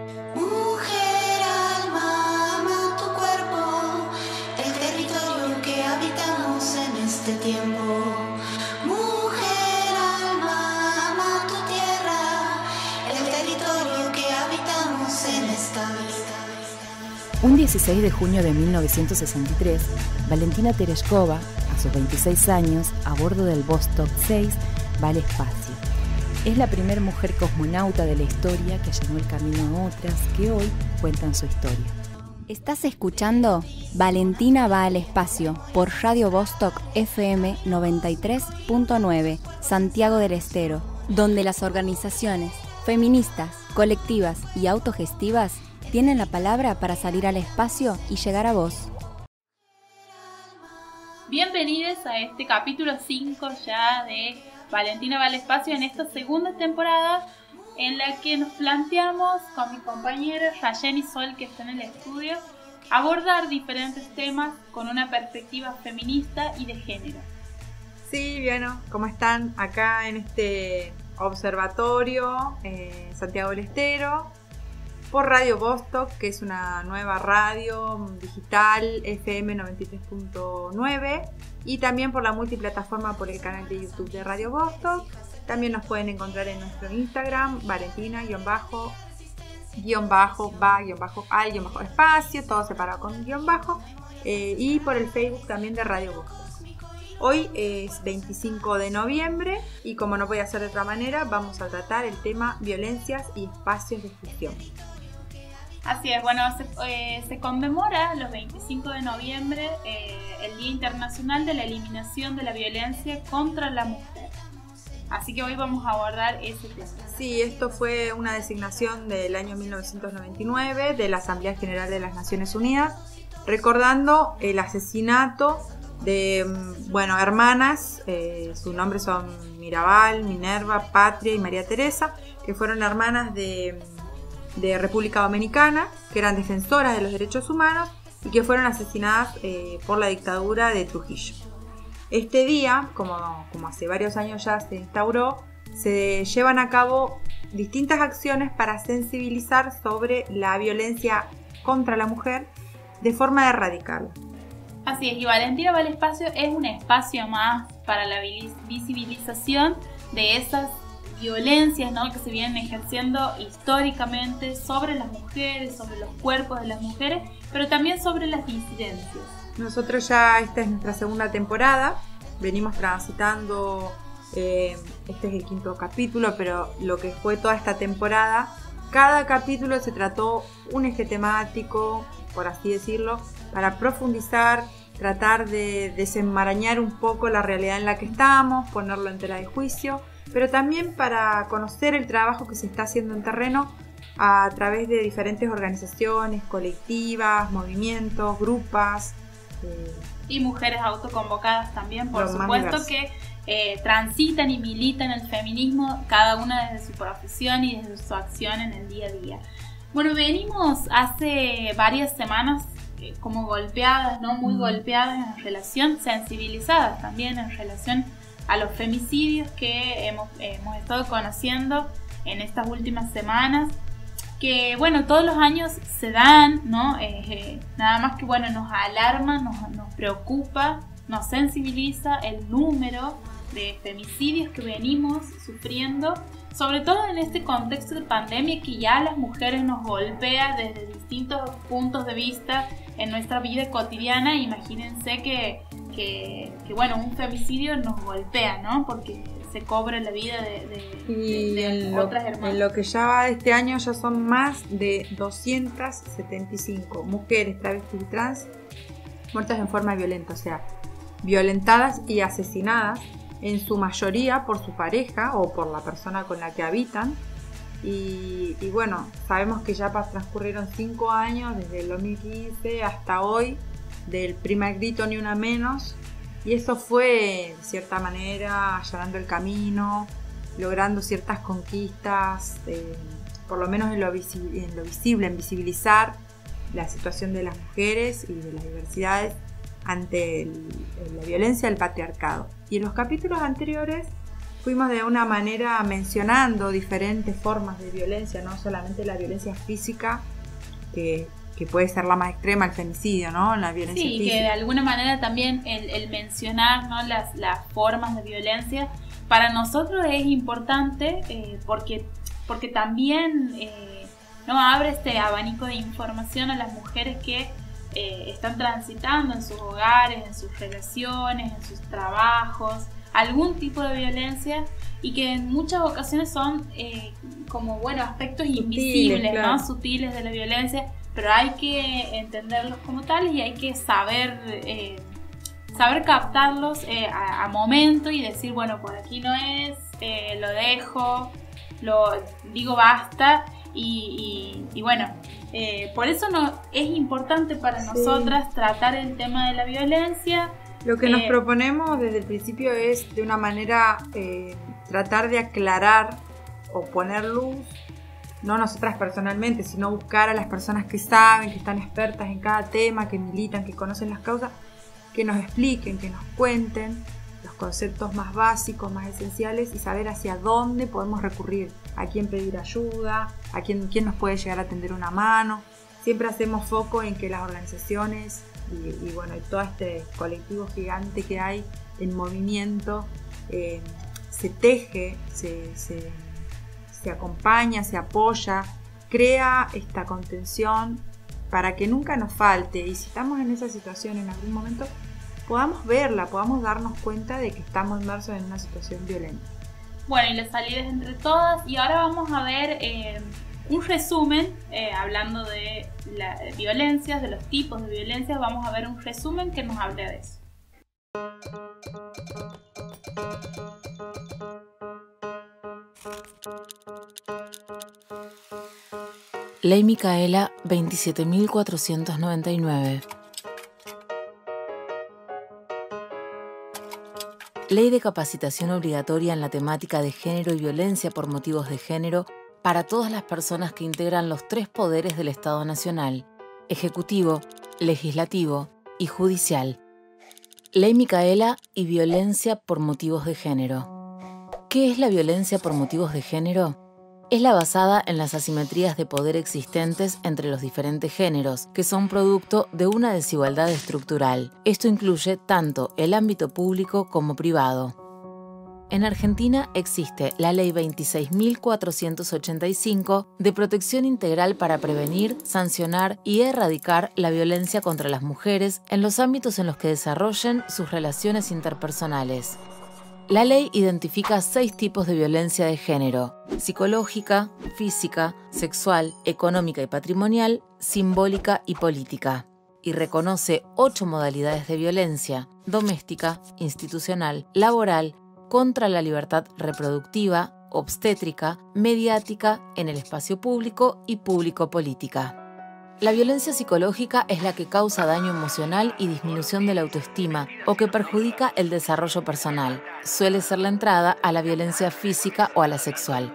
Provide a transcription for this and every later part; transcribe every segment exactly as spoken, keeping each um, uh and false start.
Mujer, alma, ama tu cuerpo, el territorio que habitamos en este tiempo. Mujer, alma, ama tu tierra, el territorio que habitamos en esta vida. Un dieciséis de junio de mil novecientos sesenta y tres, Valentina Tereshkova, a sus veintiséis años, a bordo del Vostok seis, va al espacio. Es la primera mujer cosmonauta de la historia que allanó el camino a otras que hoy cuentan su historia. Estás escuchando Valentina va al espacio por Radio Vostok F M noventa y tres punto nueve, Santiago del Estero, donde las organizaciones feministas, colectivas y autogestivas tienen la palabra para salir al espacio y llegar a vos. Bienvenidos a este capítulo cinco ya de Valentina va al espacio en esta segunda temporada en la que nos planteamos con mis compañeras Rayen y Sol, que están en el estudio, abordar diferentes temas con una perspectiva feminista y de género. Sí, bueno, ¿cómo están? Acá en este observatorio eh, Santiago del Estero por Radio Vostok, que es una nueva radio digital F M noventa y tres punto nueve, y también por la multiplataforma por el canal de YouTube de Radio Vostok. También nos pueden encontrar en nuestro Instagram, Valentina guión bajo, guión bajo, va, guión bajo, al, guión bajo, espacio, todo separado con guión bajo, eh, y por el Facebook también de Radio Vostok. Hoy es veinticinco de noviembre y como no podía ser de otra manera, vamos a tratar el tema violencias y espacios de exclusión. Así es, bueno, se, eh, se conmemora los veinticinco de noviembre eh, el Día Internacional de la Eliminación de la Violencia contra la Mujer. Así que hoy vamos a abordar ese tema. Sí, esto fue una designación del año mil novecientos noventa y nueve de la Asamblea General de las Naciones Unidas, recordando el asesinato de, bueno, hermanas, eh, sus nombres son Mirabal, Minerva, Patria y María Teresa, que fueron hermanas de... de República Dominicana, que eran defensoras de los derechos humanos y que fueron asesinadas eh, por la dictadura de Trujillo. Este día, como, como hace varios años ya se instauró, se llevan a cabo distintas acciones para sensibilizar sobre la violencia contra la mujer de forma de erradicarla. Así es, y Valentina va al espacio es un espacio más para la visibilización de esas violencias, ¿no?, que se vienen ejerciendo históricamente sobre las mujeres, sobre los cuerpos de las mujeres, pero también sobre las disidencias. Nosotros ya, esta es nuestra segunda temporada, venimos transitando, eh, este es el quinto capítulo, pero lo que fue toda esta temporada, cada capítulo se trató un eje temático, por así decirlo, para profundizar, tratar de desenmarañar un poco la realidad en la que estamos, ponerlo en tela de juicio, pero también para conocer el trabajo que se está haciendo en terreno a través de diferentes organizaciones, colectivas, movimientos, grupas. Eh, y mujeres autoconvocadas también, por supuesto, que eh, transitan y militan el feminismo, cada una desde su profesión y desde su acción en el día a día. Bueno, venimos hace varias semanas eh, como golpeadas, ¿no? Muy mm. golpeadas en relación, sensibilizadas también en relación a los femicidios que hemos, hemos estado conociendo en estas últimas semanas, que bueno, todos los años se dan, ¿no? Eh, eh, nada más que bueno, nos alarma, nos, nos preocupa, nos sensibiliza el número de femicidios que venimos sufriendo, sobre todo en este contexto de pandemia que ya a las mujeres nos golpea desde distintos puntos de vista en nuestra vida cotidiana. Imagínense que Que, que bueno, un femicidio nos golpea, ¿no? Porque se cobra la vida de, de, y de, de en otras lo, hermanas. En lo que ya va este año ya son más de doscientas setenta y cinco mujeres travestis y trans muertas en forma violenta, o sea, violentadas y asesinadas, en su mayoría por su pareja o por la persona con la que habitan. Y, y bueno, sabemos que ya transcurrieron cinco años desde el dos mil quince hasta hoy, del primer grito Ni Una Menos, y eso fue de cierta manera allanando el camino, logrando ciertas conquistas, eh, por lo menos en lo, visi- en lo visible, en visibilizar la situación de las mujeres y de las diversidades ante el, la violencia del patriarcado. Y en los capítulos anteriores fuimos de una manera mencionando diferentes formas de violencia, no solamente la violencia física, que, que puede ser la más extrema, el femicidio, ¿no? La violencia sí, física. Que de alguna manera también el, el mencionar, ¿no? las, las formas de violencia para nosotros es importante eh, porque, porque también eh, ¿no? abre este abanico de información a las mujeres que eh, están transitando en sus hogares, en sus relaciones, en sus trabajos, algún tipo de violencia, y que en muchas ocasiones son eh, como bueno aspectos sutiles, invisibles, claro. ¿no? Sutiles de la violencia, pero hay que entenderlos como tales y hay que saber eh, saber captarlos eh, a, a momento y decir, bueno, por aquí no es, eh, lo dejo, lo digo basta, y, y, y bueno, eh, por eso no, es importante para sí. nosotras tratar el tema de la violencia. Lo que eh, nos proponemos desde el principio es de una manera eh, tratar de aclarar o poner luz, no nosotras personalmente, sino buscar a las personas que saben, que están expertas en cada tema, que militan, que conocen las causas, que nos expliquen, que nos cuenten los conceptos más básicos, más esenciales, y saber hacia dónde podemos recurrir, a quién pedir ayuda, a quién, quién nos puede llegar a tender una mano. Siempre hacemos foco en que las organizaciones y, y bueno, y todo este colectivo gigante que hay en movimiento eh, se teje, se, se, se acompaña, se apoya, crea esta contención para que nunca nos falte, y si estamos en esa situación en algún momento podamos verla, podamos darnos cuenta de que estamos inmersos en una situación violenta. Bueno, y la salida es entre todas, y ahora vamos a ver eh, un resumen, eh, hablando de la de violencias, de los tipos de violencias, vamos a ver un resumen que nos hable de eso. Ley Micaela veintisiete mil cuatrocientos noventa y nueve. Ley de capacitación obligatoria en la temática de género y violencia por motivos de género para todas las personas que integran los tres poderes del Estado Nacional: Ejecutivo, Legislativo y Judicial. Ley Micaela y violencia por motivos de género. ¿Qué es la violencia por motivos de género? Es la basada en las asimetrías de poder existentes entre los diferentes géneros, que son producto de una desigualdad estructural. Esto incluye tanto el ámbito público como privado. En Argentina existe la Ley veintiséis mil cuatrocientos ochenta y cinco de protección integral para prevenir, sancionar y erradicar la violencia contra las mujeres en los ámbitos en los que desarrollen sus relaciones interpersonales. La ley identifica seis tipos de violencia de género: psicológica, física, sexual, económica y patrimonial, simbólica y política, y reconoce ocho modalidades de violencia: doméstica, institucional, laboral, contra la libertad reproductiva, obstétrica, mediática, en el espacio público y público-política. La violencia psicológica es la que causa daño emocional y disminución de la autoestima o que perjudica el desarrollo personal. Suele ser la entrada a la violencia física o a la sexual.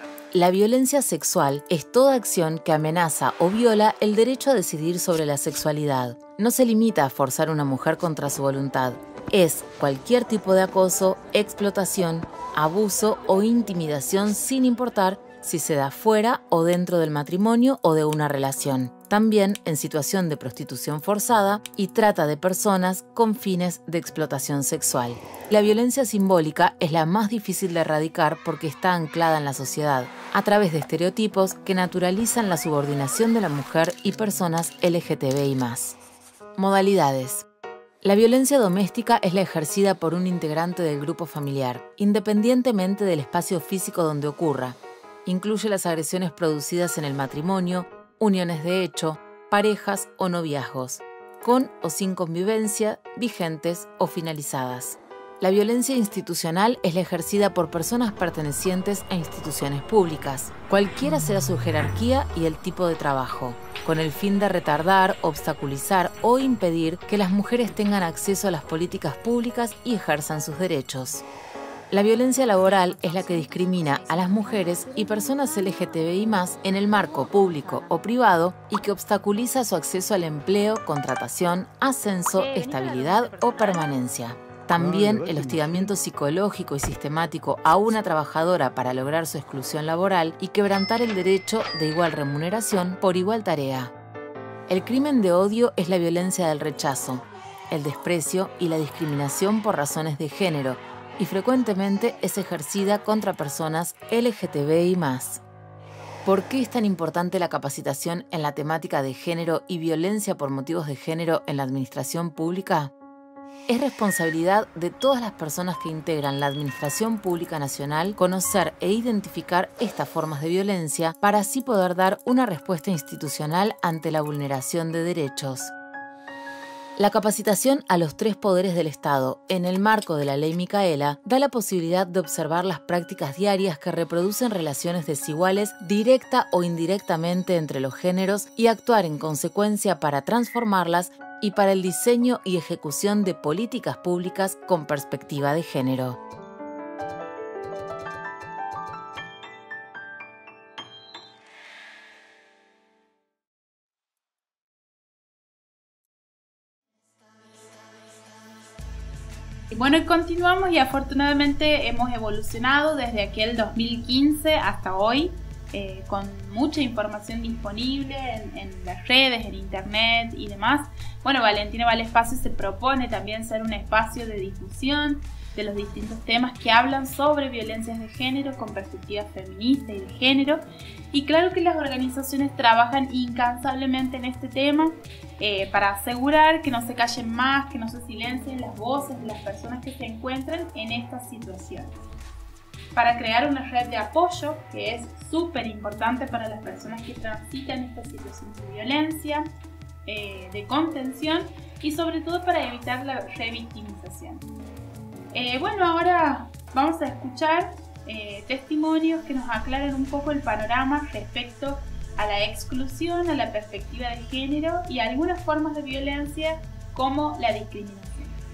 La violencia sexual es toda acción que amenaza o viola el derecho a decidir sobre la sexualidad. No se limita a forzar a una mujer contra su voluntad. Es cualquier tipo de acoso, explotación, abuso o intimidación, sin importar si se da fuera o dentro del matrimonio o de una relación. También en situación de prostitución forzada y trata de personas con fines de explotación sexual. La violencia simbólica es la más difícil de erradicar porque está anclada en la sociedad, a través de estereotipos que naturalizan la subordinación de la mujer y personas L G T B I más. Modalidades. La violencia doméstica es la ejercida por un integrante del grupo familiar, independientemente del espacio físico donde ocurra. Incluye las agresiones producidas en el matrimonio, uniones de hecho, parejas o noviazgos, con o sin convivencia, vigentes o finalizadas. La violencia institucional es la ejercida por personas pertenecientes a instituciones públicas, cualquiera sea su jerarquía y el tipo de trabajo, con el fin de retardar, obstaculizar o impedir que las mujeres tengan acceso a las políticas públicas y ejerzan sus derechos. La violencia laboral es la que discrimina a las mujeres y personas L G T B I más en el marco público o privado y que obstaculiza su acceso al empleo, contratación, ascenso, estabilidad o permanencia. También el hostigamiento psicológico y sistemático a una trabajadora para lograr su exclusión laboral y quebrantar el derecho de igual remuneración por igual tarea. El crimen de odio es la violencia del rechazo, el desprecio y la discriminación por razones de género, y frecuentemente es ejercida contra personas L G T B I más. ¿Por qué es tan importante la capacitación en la temática de género y violencia por motivos de género en la administración pública? Es responsabilidad de todas las personas que integran la Administración Pública Nacional conocer e identificar estas formas de violencia para así poder dar una respuesta institucional ante la vulneración de derechos. La capacitación a los tres poderes del Estado en el marco de la Ley Micaela da la posibilidad de observar las prácticas diarias que reproducen relaciones desiguales directa o indirectamente entre los géneros y actuar en consecuencia para transformarlas y para el diseño y ejecución de políticas públicas con perspectiva de género. Bueno, y continuamos y afortunadamente hemos evolucionado desde aquel dos mil quince hasta hoy, eh, con mucha información disponible en, en las redes, en internet y demás. Bueno, Valentina Va al Espacio se propone también ser un espacio de difusión de los distintos temas que hablan sobre violencias de género con perspectiva feminista y de género. Y claro que las organizaciones trabajan incansablemente en este tema eh, para asegurar que no se callen más, que no se silencien las voces de las personas que se encuentran en estas situaciones. Para crear una red de apoyo que es súper importante para las personas que transitan estas situaciones de violencia, eh, de contención y sobre todo para evitar la revictimización. Eh, bueno, ahora vamos a escuchar eh, testimonios que nos aclaran un poco el panorama respecto a la exclusión, a la perspectiva de género y a algunas formas de violencia como la discriminación.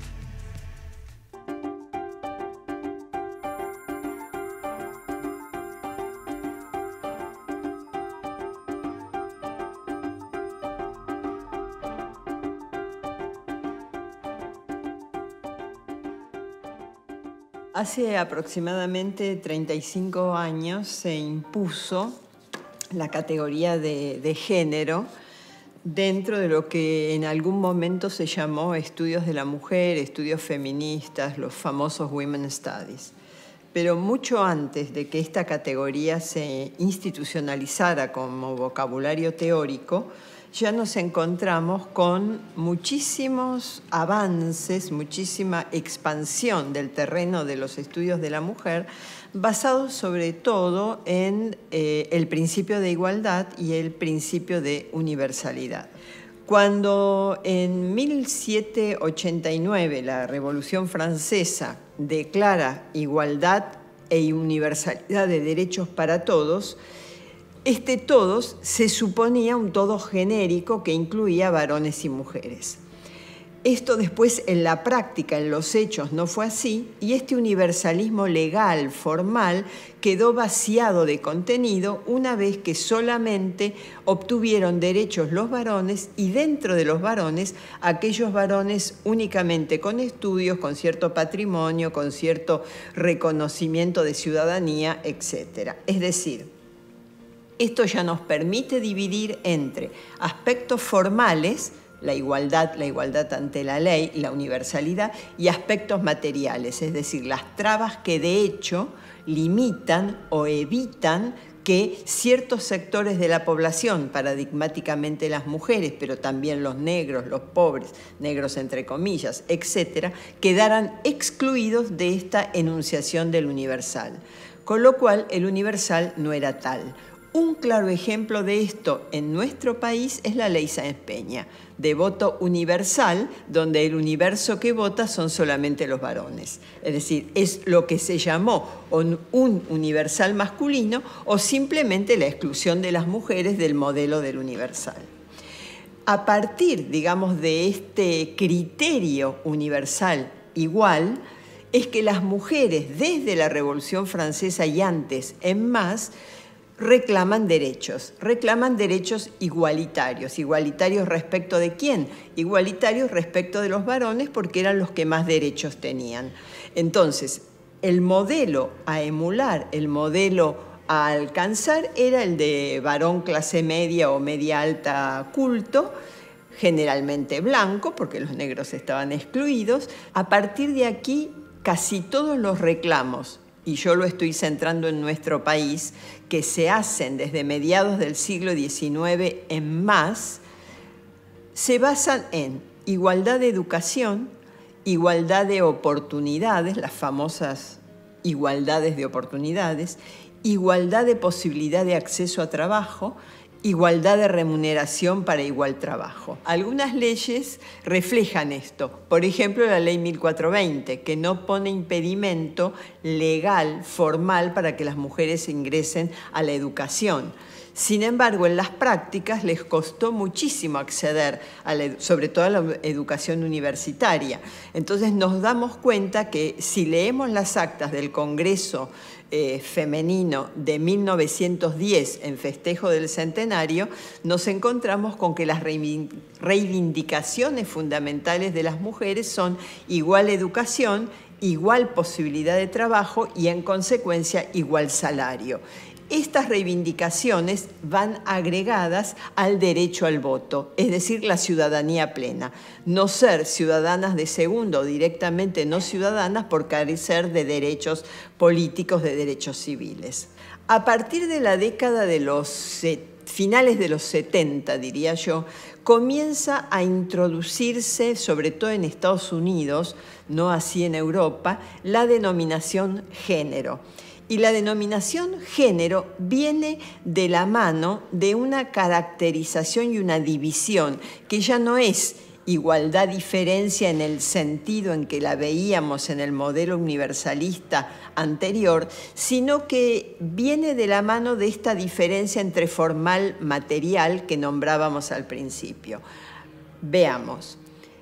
Hace aproximadamente treinta y cinco años se impuso la categoría de, de género dentro de lo que en algún momento se llamó estudios de la mujer, estudios feministas, los famosos Women Studies. Pero mucho antes de que esta categoría se institucionalizara como vocabulario teórico, ya nos encontramos con muchísimos avances, muchísima expansión del terreno de los estudios de la mujer, basados sobre todo en eh, el principio de igualdad y el principio de universalidad. Cuando en mil setecientos ochenta y nueve la Revolución Francesa declara igualdad e universalidad de derechos para todos, este todos se suponía un todo genérico que incluía varones y mujeres. Esto después en la práctica, en los hechos, no fue así, y este universalismo legal, formal, quedó vaciado de contenido una vez que solamente obtuvieron derechos los varones y dentro de los varones aquellos varones únicamente con estudios, con cierto patrimonio, con cierto reconocimiento de ciudadanía, etcétera. Es decir, esto ya nos permite dividir entre aspectos formales, la igualdad, la igualdad ante la ley, la universalidad, y aspectos materiales, es decir, las trabas que de hecho limitan o evitan que ciertos sectores de la población, paradigmáticamente las mujeres, pero también los negros, los pobres, negros entre comillas, etcétera, quedaran excluidos de esta enunciación del universal. Con lo cual, el universal no era tal. Un claro ejemplo de esto en nuestro país es la ley Sáenz Peña, de voto universal, donde el universo que vota son solamente los varones. Es decir, es lo que se llamó un universal masculino o simplemente la exclusión de las mujeres del modelo del universal. A partir, digamos, de este criterio universal igual, es que las mujeres, desde la Revolución Francesa y antes en más, reclaman derechos, reclaman derechos igualitarios. ¿Igualitarios respecto de quién? Igualitarios respecto de los varones, porque eran los que más derechos tenían. Entonces, el modelo a emular, el modelo a alcanzar era el de varón clase media o media alta culto, generalmente blanco, porque los negros estaban excluidos. A partir de aquí, casi todos los reclamos, y yo lo estoy centrando en nuestro país, que se hacen desde mediados del siglo diecinueve en más, se basan en igualdad de educación, igualdad de oportunidades, las famosas igualdades de oportunidades, igualdad de posibilidad de acceso a trabajo, igualdad de remuneración para igual trabajo. Algunas leyes reflejan esto. Por ejemplo, la ley mil cuatrocientos veinte, que no pone impedimento legal, formal, para que las mujeres ingresen a la educación. Sin embargo, en las prácticas les costó muchísimo acceder, a la, sobre todo a la educación universitaria. Entonces nos damos cuenta que si leemos las actas del Congreso eh, femenino de mil novecientos diez en festejo del centenario, nos encontramos con que las reivindicaciones fundamentales de las mujeres son igual educación, igual posibilidad de trabajo y, en consecuencia, igual salario. Estas reivindicaciones van agregadas al derecho al voto, es decir, la ciudadanía plena. No ser ciudadanas de segunda o directamente no ciudadanas por carecer de derechos políticos, de derechos civiles. A partir de la década de los finales de los setenta, diría yo, comienza a introducirse, sobre todo en Estados Unidos, no así en Europa, la denominación género. Y la denominación género viene de la mano de una caracterización y una división que ya no es igualdad-diferencia en el sentido en que la veíamos en el modelo universalista anterior, sino que viene de la mano de esta diferencia entre formal material que nombrábamos al principio. Veamos.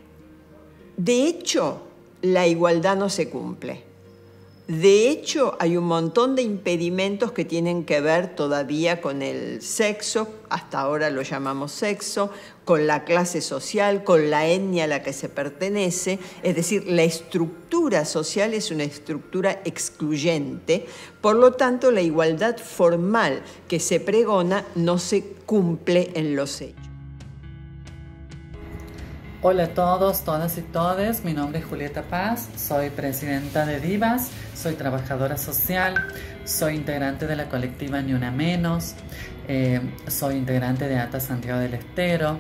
De hecho, la igualdad no se cumple. De hecho, hay un montón de impedimentos que tienen que ver todavía con el sexo, hasta ahora lo llamamos sexo, con la clase social, con la etnia a la que se pertenece. Es decir, la estructura social es una estructura excluyente, por lo tanto, la igualdad formal que se pregona no se cumple en los hechos. Hola a todos, todas y todes, mi nombre es Julieta Paz, soy presidenta de Divas, soy trabajadora social, soy integrante de la colectiva Ni Una Menos, eh, soy integrante de ATA Santiago del Estero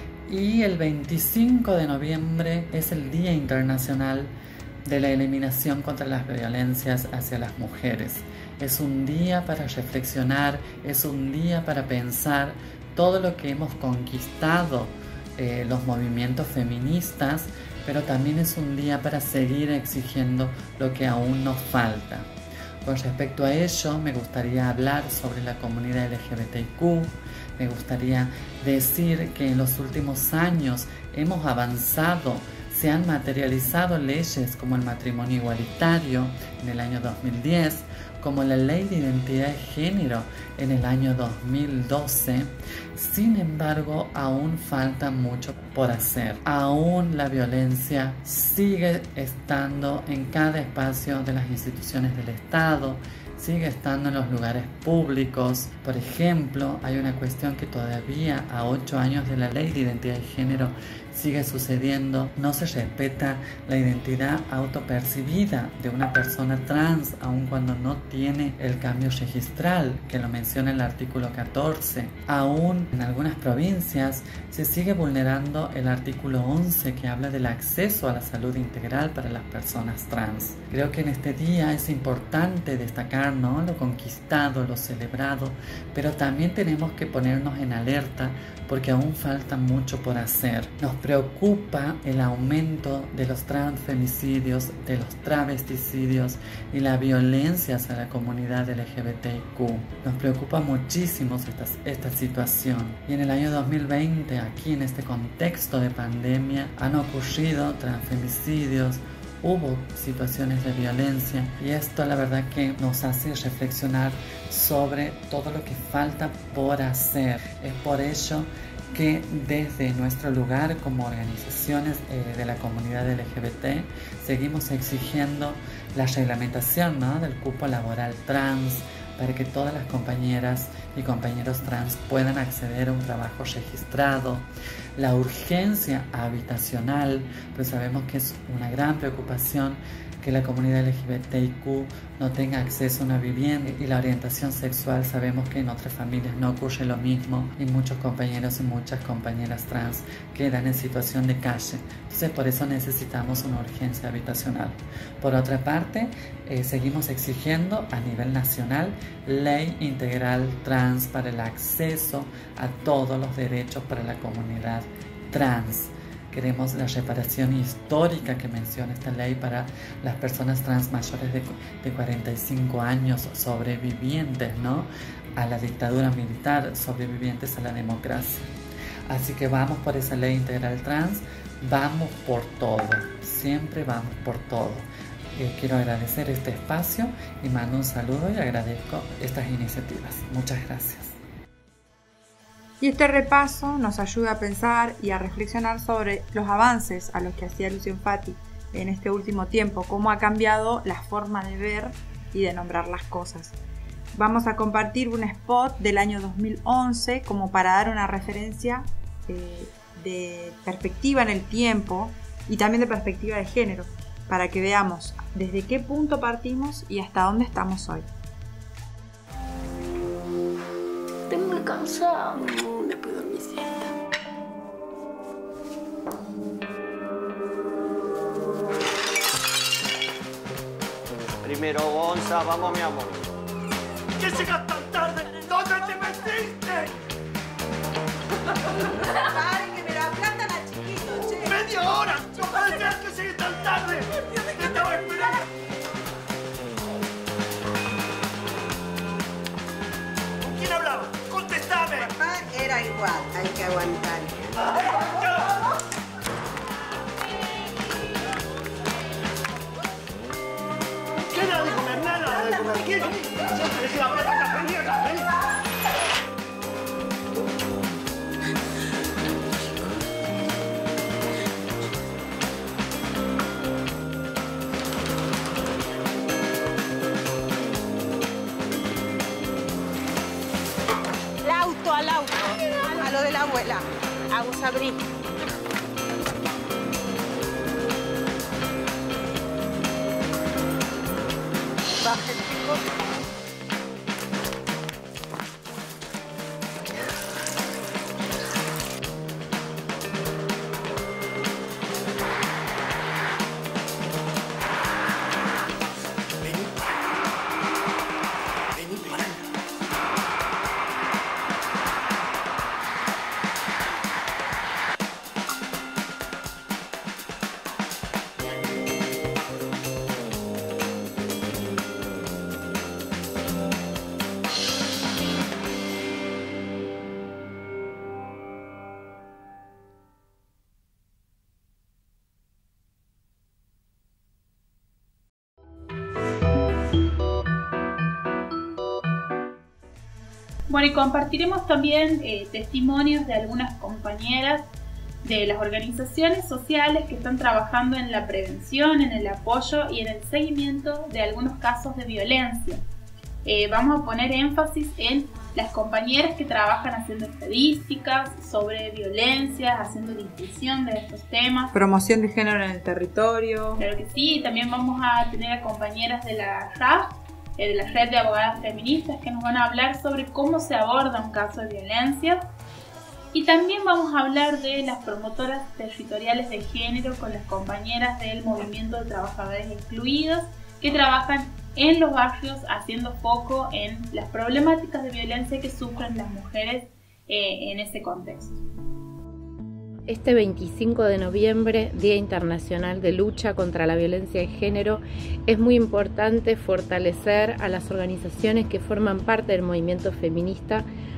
y el veinticinco de noviembre es el Día Internacional de la Eliminación contra las Violencias hacia las Mujeres. Es un día para reflexionar, es un día para pensar todo lo que hemos conquistado Eh, los movimientos feministas, pero también es un día para seguir exigiendo lo que aún nos falta. Con respecto a ello, me gustaría hablar sobre la comunidad L G B T I Q, me gustaría decir que en los últimos años hemos avanzado, se han materializado leyes como el matrimonio igualitario en el año dos mil diez, como la Ley de Identidad de Género en el año dos mil doce. Sin embargo, aún falta mucho por hacer. Aún la violencia sigue estando en cada espacio de las instituciones del Estado, sigue estando en los lugares públicos. Por ejemplo, hay una cuestión que todavía a ocho años de la Ley de Identidad de Género sigue sucediendo. No se respeta la identidad autopercibida de una persona trans, aun cuando no tiene el cambio registral, que lo menciona el artículo catorce. Aún en algunas provincias se sigue vulnerando el artículo once, que habla del acceso a la salud integral para las personas trans. Creo que en este día es importante destacar, ¿no?, lo conquistado, lo celebrado, pero también tenemos que ponernos en alerta porque aún falta mucho por hacer. Nos preocupa el aumento de los transfemicidios, de los travesticidios y la violencia hacia la comunidad L G B T I Q. Nos preocupa muchísimo esta, esta situación. Y en el año dos mil veinte, aquí en este contexto de pandemia, han ocurrido transfemicidios, hubo situaciones de violencia y esto la verdad que nos hace reflexionar sobre todo lo que falta por hacer. Es por ello que desde nuestro lugar como organizaciones eh, de la comunidad L G B T seguimos exigiendo la reglamentación, ¿no?, del cupo laboral trans para que todas las compañeras y compañeros trans puedan acceder a un trabajo registrado, la urgencia habitacional, pues sabemos que es una gran preocupación que la comunidad L G B T I Q no tenga acceso a una vivienda, y la orientación sexual sabemos que en otras familias no ocurre lo mismo y muchos compañeros y muchas compañeras trans quedan en situación de calle. Entonces por eso necesitamos una urgencia habitacional. Por otra parte, eh, seguimos exigiendo a nivel nacional ley integral trans para el acceso a todos los derechos para la comunidad trans. Queremos la reparación histórica que menciona esta ley para las personas trans mayores de, de cuarenta y cinco años, sobrevivientes, ¿no?, a la dictadura militar, sobrevivientes a la democracia. Así que vamos por esa ley integral trans, vamos por todo, siempre vamos por todo. Eh, quiero agradecer este espacio y mando un saludo y agradezco estas iniciativas. Muchas gracias. Y este repaso nos ayuda a pensar y a reflexionar sobre los avances a los que hacía alusión Fati en este último tiempo, cómo ha cambiado la forma de ver y de nombrar las cosas. Vamos a compartir un spot del año dos mil once como para dar una referencia eh, de perspectiva en el tiempo y también de perspectiva de género, para que veamos desde qué punto partimos y hasta dónde estamos hoy. Estoy muy cansado. Después dormí siesta. Primero, Gonza, vamos, mi amor. ¿Qué llegas tan tarde? ¿Dónde te metiste? Paren, que me lo aplastan al chiquito, che. ¡Media hora! ¡No puede ser que llegue tan tarde! ¡Te estaba esperando! ¿Con quién hablaba? ¡Contestame! Papá era igual, hay que aguantar. ¿Qué nada de comer? Nada de comer. ¿Qué? Siempre decía la plata cafeñera, ¿eh? El auto, al auto. A lo de la abuela. Agus, abrí. Baja el chico. Bueno, y compartiremos también eh, testimonios de algunas compañeras de las organizaciones sociales que están trabajando en la prevención, en el apoyo y en el seguimiento de algunos casos de violencia. Eh, vamos a poner énfasis en las compañeras que trabajan haciendo estadísticas sobre violencia, haciendo difusión de estos temas. Promoción de género en el territorio. Claro que sí, también vamos a tener a compañeras de la R A F, de la Red de Abogadas Feministas, que nos van a hablar sobre cómo se aborda un caso de violencia. Y también vamos a hablar de las promotoras territoriales de género con las compañeras del Movimiento de Trabajadores Excluidos, que trabajan en los barrios haciendo foco en las problemáticas de violencia que sufren las mujeres eh, en ese contexto. Este veinticinco de noviembre, Día Internacional de Lucha contra la Violencia de Género, es muy importante fortalecer a las organizaciones que forman parte del movimiento feminista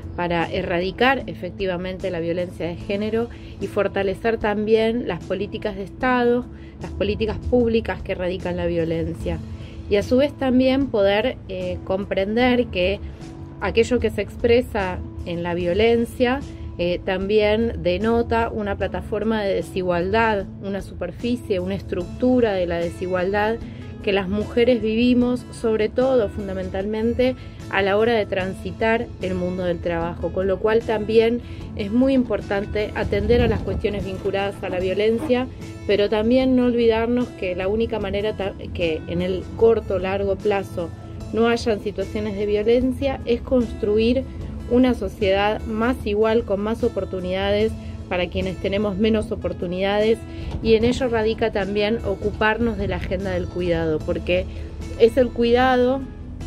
para erradicar efectivamente la violencia de género y fortalecer también las políticas de Estado, las políticas públicas que erradican la violencia. Y a su vez también poder eh, comprender que aquello que se expresa en la violencia eh, también denota una plataforma de desigualdad, una superficie, una estructura de la desigualdad que las mujeres vivimos, sobre todo fundamentalmente a la hora de transitar el mundo del trabajo, con lo cual también es muy importante atender a las cuestiones vinculadas a la violencia, pero también no olvidarnos que la única manera que en el corto o largo plazo no hayan situaciones de violencia es construir una sociedad más igual, con más oportunidades para quienes tenemos menos oportunidades, y en ello radica también ocuparnos de la agenda del cuidado, porque es el cuidado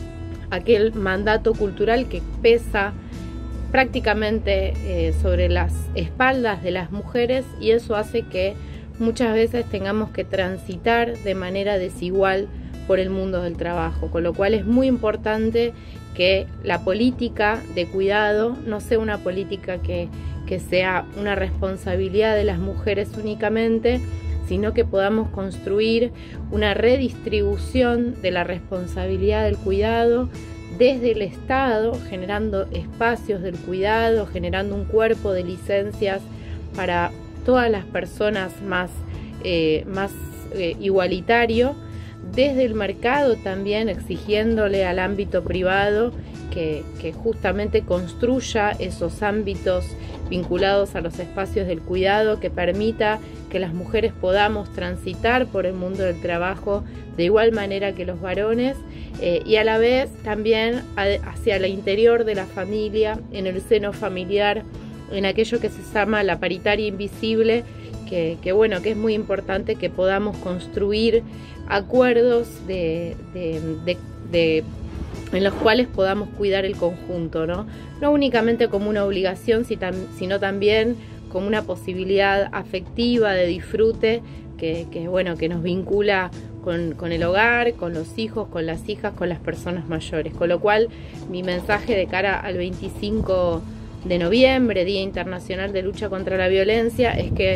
aquel mandato cultural que pesa prácticamente eh, sobre las espaldas de las mujeres, y eso hace que muchas veces tengamos que transitar de manera desigual por el mundo del trabajo, con lo cual es muy importante que la política de cuidado no sea una política que, que sea una responsabilidad de las mujeres únicamente, sino que podamos construir una redistribución de la responsabilidad del cuidado desde el Estado, generando espacios del cuidado, generando un cuerpo de licencias para todas las personas más, eh, más eh, igualitario, desde el mercado también exigiéndole al ámbito privado que, que justamente construya esos ámbitos vinculados a los espacios del cuidado, que permita que las mujeres podamos transitar por el mundo del trabajo de igual manera que los varones, eh, y a la vez también hacia el interior de la familia, en el seno familiar, en aquello que se llama la paritaria invisible, que, que bueno, que es muy importante que podamos construir acuerdos de, de, de, de, en los cuales podamos cuidar el conjunto, ¿no? No únicamente como una obligación, sino también como una posibilidad afectiva de disfrute que, que, bueno, que nos vincula con, con el hogar, con los hijos, con las hijas, con las personas mayores. Con lo cual, mi mensaje de cara al veinticinco de noviembre, Día Internacional de Lucha contra la Violencia, es que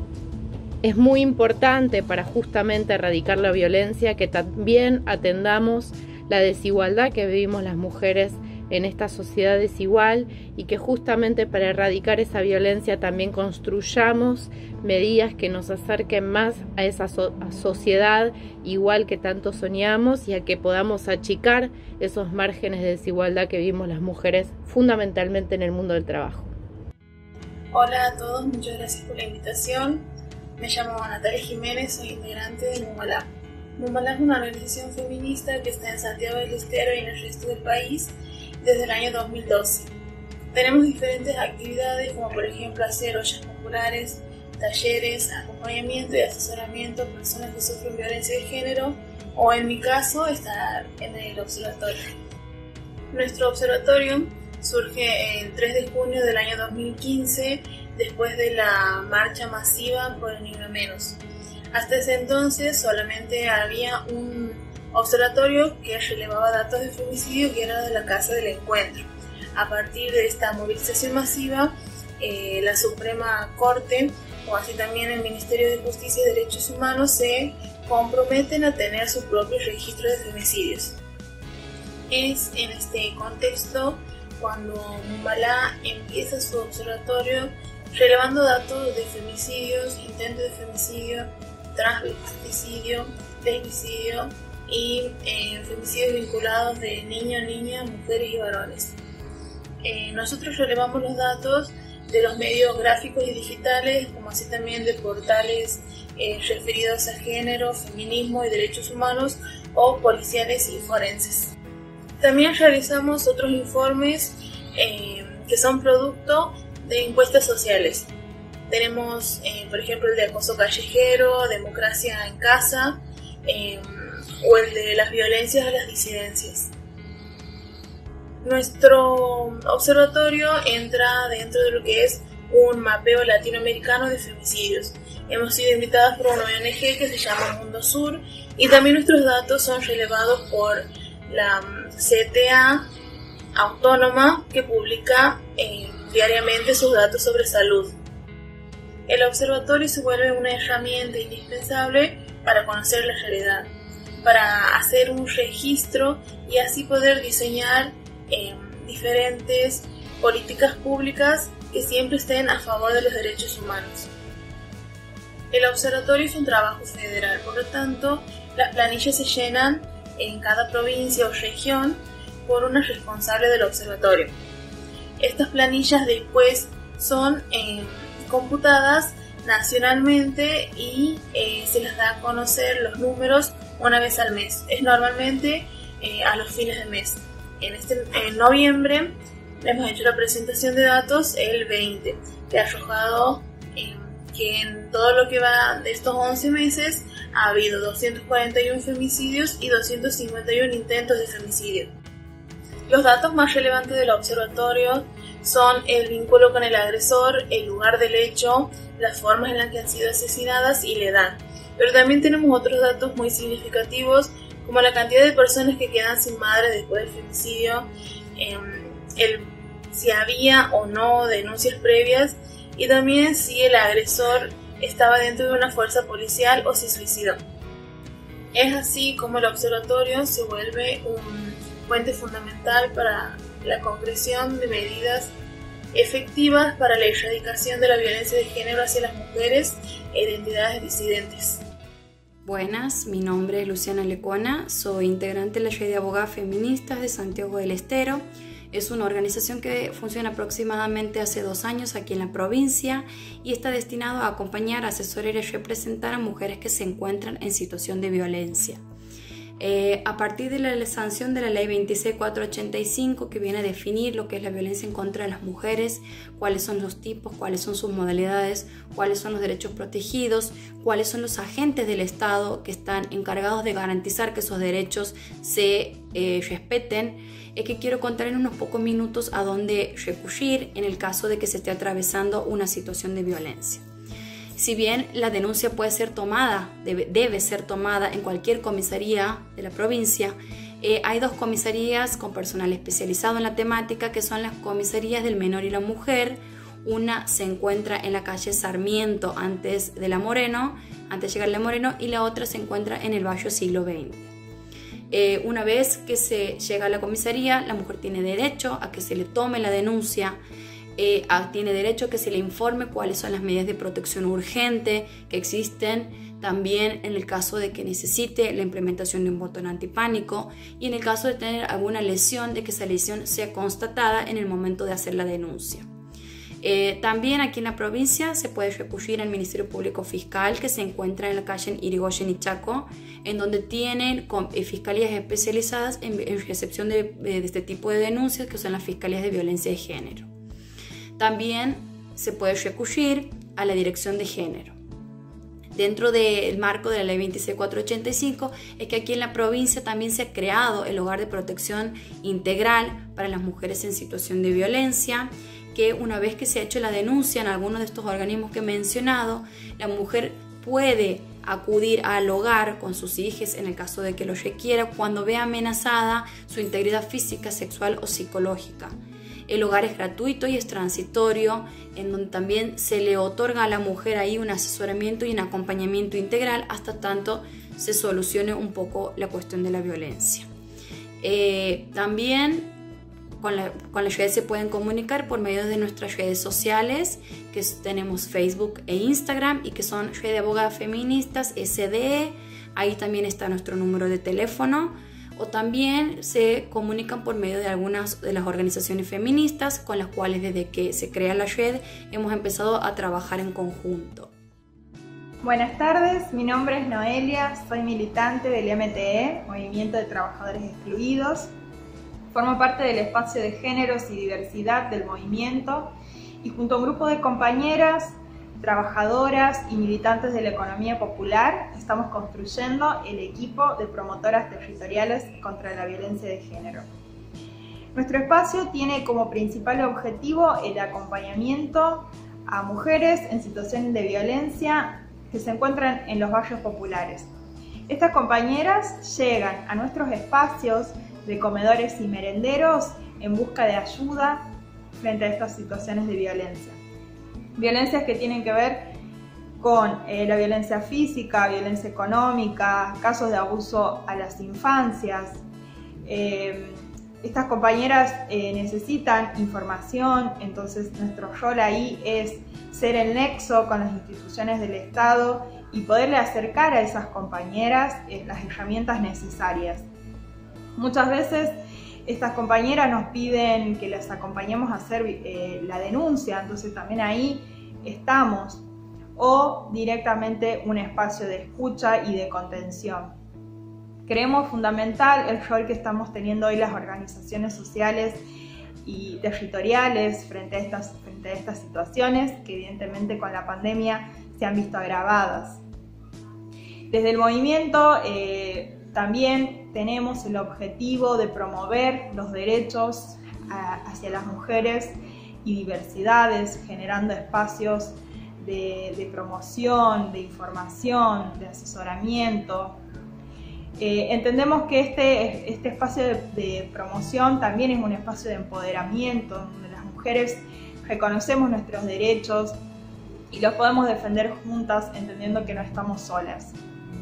es muy importante para justamente erradicar la violencia que también atendamos la desigualdad que vivimos las mujeres en esta sociedad desigual, y que justamente para erradicar esa violencia también construyamos medidas que nos acerquen más a esa so- a sociedad igual que tanto soñamos, y a que podamos achicar esos márgenes de desigualdad que vivimos las mujeres fundamentalmente en el mundo del trabajo. Hola a todos, muchas gracias por la invitación. Me llamo Natalia Jiménez, soy integrante de Mumalá. Mumalá es una organización feminista que está en Santiago del Estero y en el resto del país desde el año dos mil doce. Tenemos diferentes actividades, como por ejemplo hacer ollas populares, talleres, acompañamiento y asesoramiento a personas que sufren violencia de género, o en mi caso, estar en el observatorio. Nuestro observatorio surge el tres de junio del año dos mil quince, después de la marcha masiva por el Ni Una Menos. Hasta ese entonces solamente había un observatorio que relevaba datos de femicidio, que era de la Casa del Encuentro. A partir de esta movilización masiva, eh, la Suprema Corte, o así también el Ministerio de Justicia y Derechos Humanos, se comprometen a tener su propio registro de femicidios. Es en este contexto cuando Mumalá empieza su observatorio relevando datos de femicidios, intentos de femicidio, transvesticidio, lesbicidio y eh, femicidios vinculados de niños, niñas, mujeres y varones. Eh, nosotros relevamos los datos de los medios gráficos y digitales, como así también de portales eh, referidos a género, feminismo y derechos humanos, o policiales y forenses. También realizamos otros informes eh, que son producto de encuestas sociales. Tenemos, eh, por ejemplo, el de acoso callejero, democracia en casa, eh, o el de las violencias a las disidencias. Nuestro observatorio entra dentro de lo que es un mapeo latinoamericano de femicidios. Hemos sido invitados por una O N G que se llama Mundo Sur, y también nuestros datos son relevados por la C T A autónoma que publica eh, diariamente sus datos sobre salud. El observatorio se vuelve una herramienta indispensable para conocer la realidad, para hacer un registro y así poder diseñar eh, diferentes políticas públicas que siempre estén a favor de los derechos humanos. El observatorio es un trabajo federal, por lo tanto, las planillas se llenan en cada provincia o región por una responsable del observatorio. Estas planillas después son eh, computadas nacionalmente y eh, se les da a conocer los números una vez al mes. Es normalmente eh, a los fines de mes. En, este, en noviembre hemos hecho la presentación de datos el veinte, que ha arrojado eh, que en todo lo que va de estos once meses ha habido doscientos cuarenta y uno femicidios y doscientos cincuenta y uno intentos de femicidio. Los datos más relevantes del observatorio son el vínculo con el agresor, el lugar del hecho, las formas en las que han sido asesinadas y la edad. Pero también tenemos otros datos muy significativos, como la cantidad de personas que quedan sin madre después del femicidio, eh, el, si había o no denuncias previas y también si el agresor estaba dentro de una fuerza policial o se suicidó. Es así como el observatorio se vuelve un puente fundamental para la concreción de medidas efectivas para la erradicación de la violencia de género hacia las mujeres e identidades disidentes. Buenas, mi nombre es Luciana Lecuona, soy integrante de la Red de Abogadas Feministas de Santiago del Estero. Es una organización que funciona aproximadamente hace dos años aquí en la provincia y está destinado a acompañar, asesorar y representar a mujeres que se encuentran en situación de violencia. Eh, a partir de la sanción de la ley veintiséis mil cuatrocientos ochenta y cinco, que viene a definir lo que es la violencia en contra de las mujeres, cuáles son los tipos, cuáles son sus modalidades, cuáles son los derechos protegidos, cuáles son los agentes del Estado que están encargados de garantizar que esos derechos se eh, respeten, es que quiero contar en unos pocos minutos a dónde recurrir en el caso de que se esté atravesando una situación de violencia. Si bien la denuncia puede ser tomada, debe, debe ser tomada en cualquier comisaría de la provincia, eh, hay dos comisarías con personal especializado en la temática, que son las comisarías del menor y la mujer. Una se encuentra en la calle Sarmiento antes de la Moreno, antes de llegar a la Moreno, y la otra se encuentra en el barrio Siglo veinte. Eh, una vez que se llega a la comisaría, la mujer tiene derecho a que se le tome la denuncia. Eh, tiene derecho a que se le informe cuáles son las medidas de protección urgente que existen, también en el caso de que necesite la implementación de un botón antipánico y en el caso de tener alguna lesión, de que esa lesión sea constatada en el momento de hacer la denuncia. Eh, también aquí en la provincia se puede recurrir al Ministerio Público Fiscal, que se encuentra en la calle Irigoyen y Chaco, en donde tienen con, eh, fiscalías especializadas en, en recepción de, de este tipo de denuncias, que son las fiscalías de violencia de género. También se puede recurrir a la Dirección de Género. Dentro del marco de la ley veintiséis mil cuatrocientos ochenta y cinco es que aquí en la provincia también se ha creado el hogar de protección integral para las mujeres en situación de violencia, que una vez que se ha hecho la denuncia en alguno de estos organismos que he mencionado, la mujer puede acudir al hogar con sus hijos en el caso de que lo requiera cuando vea amenazada su integridad física, sexual o psicológica. El hogar es gratuito y es transitorio, en donde también se le otorga a la mujer ahí un asesoramiento y un acompañamiento integral hasta tanto se solucione un poco la cuestión de la violencia. Eh, también con la, con las redes se pueden comunicar por medio de nuestras redes sociales, que tenemos Facebook e Instagram y que son Red de Abogadas Feministas, S D E. Ahí también está nuestro número de teléfono. O también se comunican por medio de algunas de las organizaciones feministas con las cuales desde que se crea la red hemos empezado a trabajar en conjunto. Buenas tardes, mi nombre es Noelia, soy militante del M T E, Movimiento de Trabajadores Excluidos. Formo parte del espacio de géneros y diversidad del movimiento y junto a un grupo de compañeras, trabajadoras y militantes de la economía popular, estamos construyendo el equipo de promotoras territoriales contra la violencia de género. Nuestro espacio tiene como principal objetivo el acompañamiento a mujeres en situación de violencia que se encuentran en los barrios populares. Estas compañeras llegan a nuestros espacios de comedores y merenderos en busca de ayuda frente a estas situaciones de violencia. Violencias que tienen que ver con eh, la violencia física, violencia económica, casos de abuso a las infancias. Eh, estas compañeras eh, necesitan información, entonces nuestro rol ahí es ser el nexo con las instituciones del Estado y poderle acercar a esas compañeras eh, las herramientas necesarias. Muchas veces estas compañeras nos piden que las acompañemos a hacer eh, la denuncia, entonces también ahí estamos, o directamente un espacio de escucha y de contención. Creemos fundamental el rol que estamos teniendo hoy las organizaciones sociales y territoriales frente a estas, frente a estas situaciones que evidentemente con la pandemia se han visto agravadas. Desde el movimiento eh, también tenemos el objetivo de promover los derechos a, hacia las mujeres y diversidades, generando espacios de, de promoción, de información, de asesoramiento. Eh, entendemos que este, este espacio de, de promoción también es un espacio de empoderamiento, donde las mujeres reconocemos nuestros derechos y los podemos defender juntas, entendiendo que no estamos solas.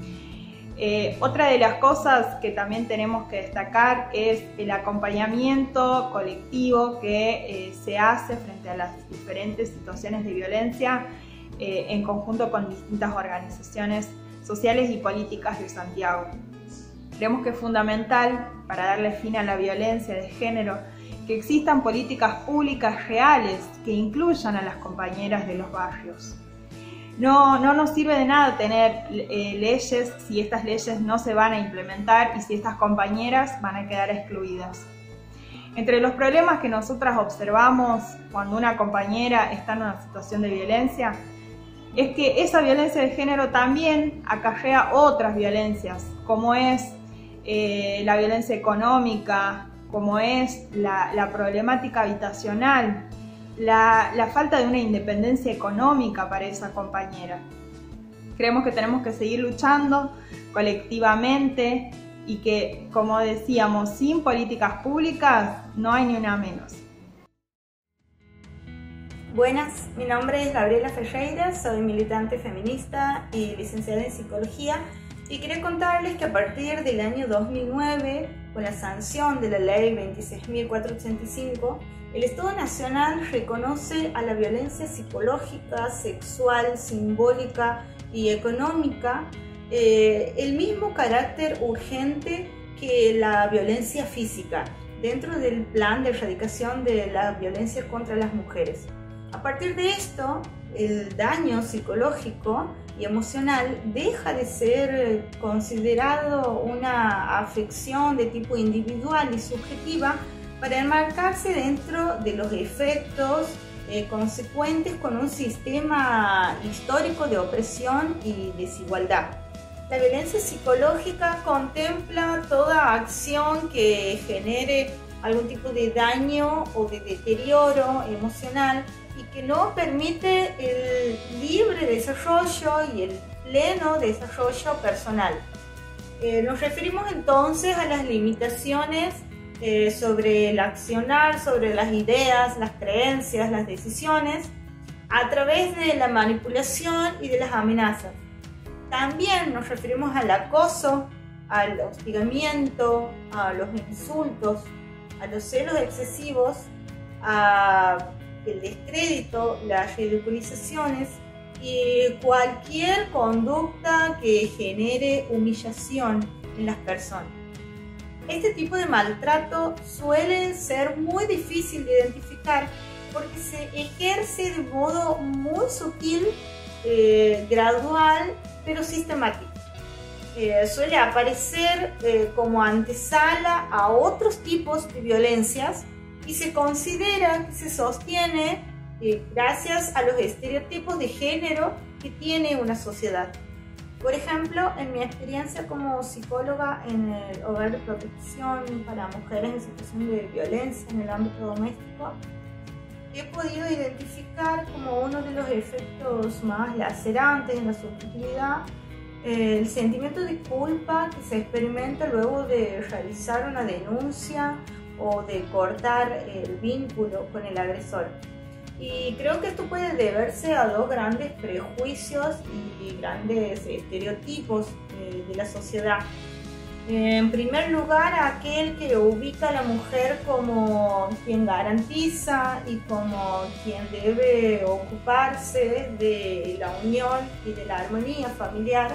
Eh, otra de las cosas que también tenemos que destacar es el acompañamiento colectivo que eh, se hace frente a las diferentes situaciones de violencia eh, en conjunto con distintas organizaciones sociales y políticas de Santiago. Creemos que es fundamental para darle fin a la violencia de género que existan políticas públicas reales que incluyan a las compañeras de los barrios. No, no nos sirve de nada tener eh, leyes si estas leyes no se van a implementar y si estas compañeras van a quedar excluidas. Entre los problemas que nosotras observamos cuando una compañera está en una situación de violencia es que esa violencia de género también acarrea otras violencias, como es eh, la violencia económica, como es la, la problemática habitacional, La, la falta de una independencia económica para esa compañera. Creemos que tenemos que seguir luchando colectivamente y que, como decíamos, sin políticas públicas no hay ni una menos. Buenas, mi nombre es Gabriela Ferreira, soy militante feminista y licenciada en psicología y quería contarles que a partir del año dos mil nueve, con la sanción de la ley veintiséis mil cuatrocientos ochenta y cinco, el Estado Nacional reconoce a la violencia psicológica, sexual, simbólica y económica eh, el mismo carácter urgente que la violencia física dentro del plan de erradicación de la violencia contra las mujeres. A partir de esto, el daño psicológico y emocional deja de ser considerado una afección de tipo individual y subjetiva para enmarcarse dentro de los efectos eh, consecuentes con un sistema histórico de opresión y desigualdad. La violencia psicológica contempla toda acción que genere algún tipo de daño o de deterioro emocional y que no permite el libre desarrollo y el pleno desarrollo personal. Eh, nos referimos entonces a las limitaciones Eh, sobre el accionar, sobre las ideas, las creencias, las decisiones, a través de la manipulación y de las amenazas. También nos referimos al acoso, al hostigamiento, a los insultos, a los celos excesivos, a el descrédito, las ridiculizaciones y cualquier conducta que genere humillación en las personas. Este tipo de maltrato suele ser muy difícil de identificar porque se ejerce de modo muy sutil, eh, gradual, pero sistemático. Eh, suele aparecer eh, como antesala a otros tipos de violencias y se considera que se sostiene eh, gracias a los estereotipos de género que tiene una sociedad. Por ejemplo, en mi experiencia como psicóloga en el hogar de protección para mujeres en situación de violencia en el ámbito doméstico, he podido identificar como uno de los efectos más lacerantes en la subjetividad eh, el sentimiento de culpa que se experimenta luego de realizar una denuncia o de cortar el vínculo con el agresor. Y creo que esto puede deberse a dos grandes prejuicios y grandes estereotipos eh, de la sociedad. En primer lugar, aquel que ubica a la mujer como quien garantiza y como quien debe ocuparse de la unión y de la armonía familiar.